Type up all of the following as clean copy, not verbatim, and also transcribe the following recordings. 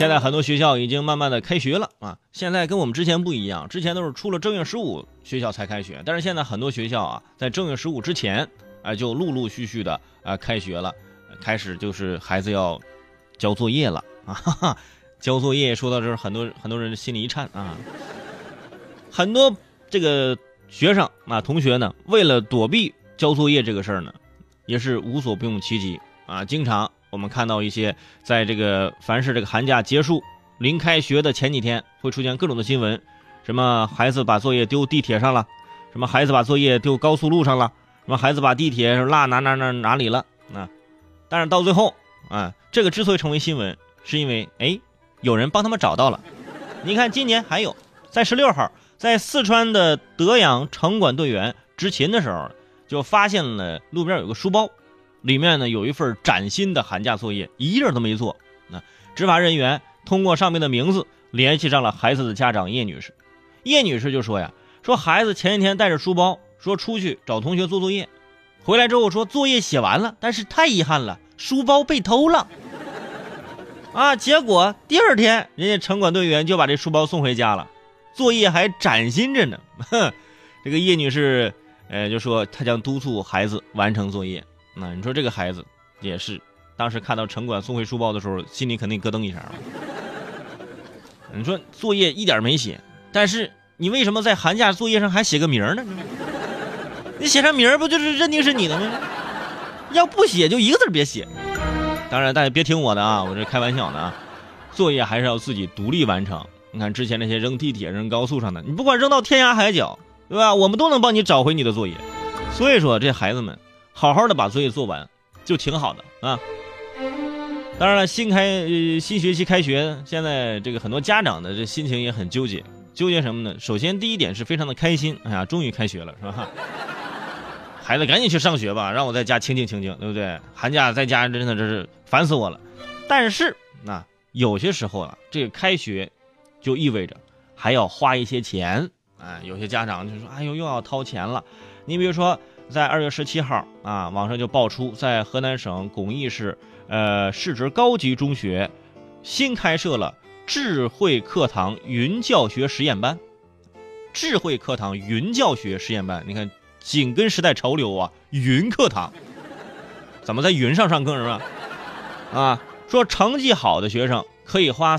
现在很多学校已经慢慢的开学了啊，现在跟我们之前不一样，之前都是出了正月15学校才开学，但是现在很多学校啊，在正月15之前就陆陆续续的开学了，开始就是孩子要交作业了啊，哈哈，交作业说到这儿，很多人心里一颤啊，很多这个学生啊同学呢，为了躲避交作业这个事儿呢，也是无所不用其极啊，经常我们看到一些在这个凡是这个寒假结束临开学的前几天会出现各种的新闻，什么孩子把作业丢地铁上了，什么孩子把作业丢高速路上了，什么孩子把地铁落哪里了啊？但是到最后这个之所以成为新闻，是因为有人帮他们找到了。你看今年还有在16号，在四川的德阳城管队员执勤的时候，就发现了路边有个书包，里面呢有一份崭新的寒假作业，一页都没做。执法人员通过上面的名字联系上了孩子的家长叶女士。叶女士就说说孩子前一天带着书包说出去找同学做作业，回来之后说作业写完了，但是太遗憾了，书包被偷了结果第二天人家城管队员就把这书包送回家了，作业还崭新着呢。这个叶女士就说她将督促孩子完成作业。那你说这个孩子也是当时看到城管送回书包的时候，心里肯定咯噔一下了。你说作业一点没写，但是你为什么在寒假作业上还写个名呢？你写上名不就是认定是你的吗？要不写就一个字别写。当然大家别听我的我这开玩笑的作业还是要自己独立完成。你看之前那些扔地铁扔高速上的，你不管扔到天涯海角，对吧，我们都能帮你找回你的作业。所以说这孩子们好好的把作业做完就挺好的啊。当然了，新学期开学，现在这个很多家长的这心情也很纠结什么呢？首先第一点是非常的开心，终于开学了，是吧？孩子赶紧去上学吧，让我在家清静，对不对？寒假在家真的这是烦死我了。但是有些时候这个开学就意味着还要花一些钱，有些家长就说又要掏钱了。你比如说在2月17号网上就爆出在河南省巩义市市直高级中学新开设了智慧课堂云教学实验班。智慧课堂云教学实验班，你看紧跟时代潮流云课堂怎么在云上上课是吧？说成绩好的学生可以花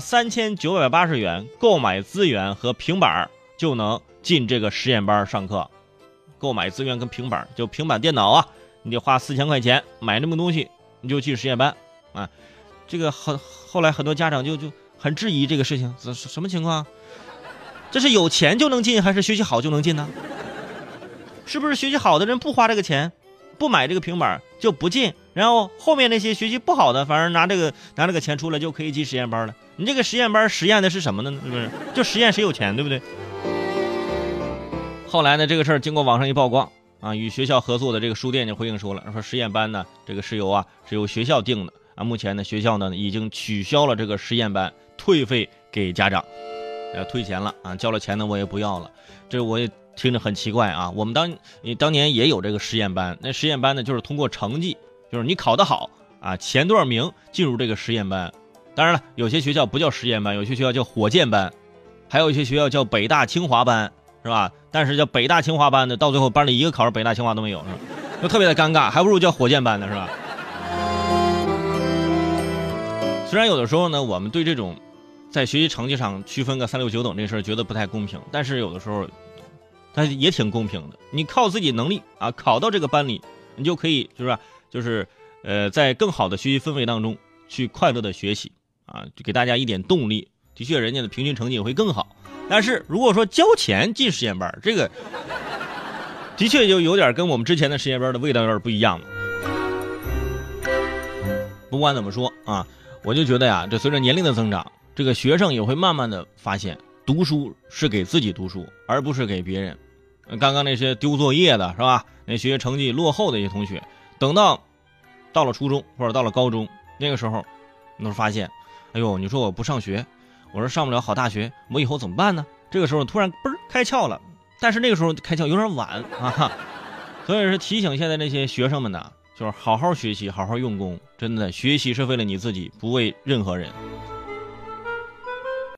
3980元购买资源和平板，就能进这个实验班上课。购买资源跟平板，就平板电脑你得花4000块钱买那么东西，你就进实验班这个后来很多家长就很质疑这个事情，什么情况？这是有钱就能进还是学习好就能进呢？是不是学习好的人不花这个钱，不买这个平板就不进，然后后面那些学习不好的反而拿这个钱出来就可以进实验班了？你这个实验班实验的是什么呢？是不是就实验谁有钱，对不对？后来呢，这个事儿经过网上一曝光与学校合作的这个书店就回应说了，说实验班呢这个是由学校定的目前呢学校呢已经取消了这个实验班，退费给家长，退钱了交了钱呢我也不要了。这我也听着很奇怪我们当年也有这个实验班，那实验班呢就是通过成绩，就是你考得好前多少名进入这个实验班。当然了，有些学校不叫实验班，有些学校叫火箭班，还有一些学校叫北大清华班，是吧？但是叫北大清华班的到最后班里一个考上北大清华都没有，是吧？就特别的尴尬，还不如叫火箭班的，是吧？虽然有的时候呢我们对这种在学习成绩上区分个3、6、9等这事儿觉得不太公平，但是有的时候它也挺公平的。你靠自己能力考到这个班里，你就可以就是在更好的学习氛围当中去快乐的学习就给大家一点动力。的确人家的平均成绩也会更好。但是如果说交钱进实验班，这个的确就有点跟我们之前的实验班的味道有点不一样了。不管怎么说我就觉得这随着年龄的增长，这个学生也会慢慢的发现读书是给自己读书，而不是给别人。刚刚那些丢作业的是吧，那学习成绩落后的一些同学，等到了初中或者到了高中，那个时候你都发现你说我不上学，我说上不了好大学，我以后怎么办呢？这个时候突然开窍了，但是那个时候开窍有点晚所以是提醒现在那些学生们呢，就是好好学习，好好用功，真的学习是为了你自己，不为任何人。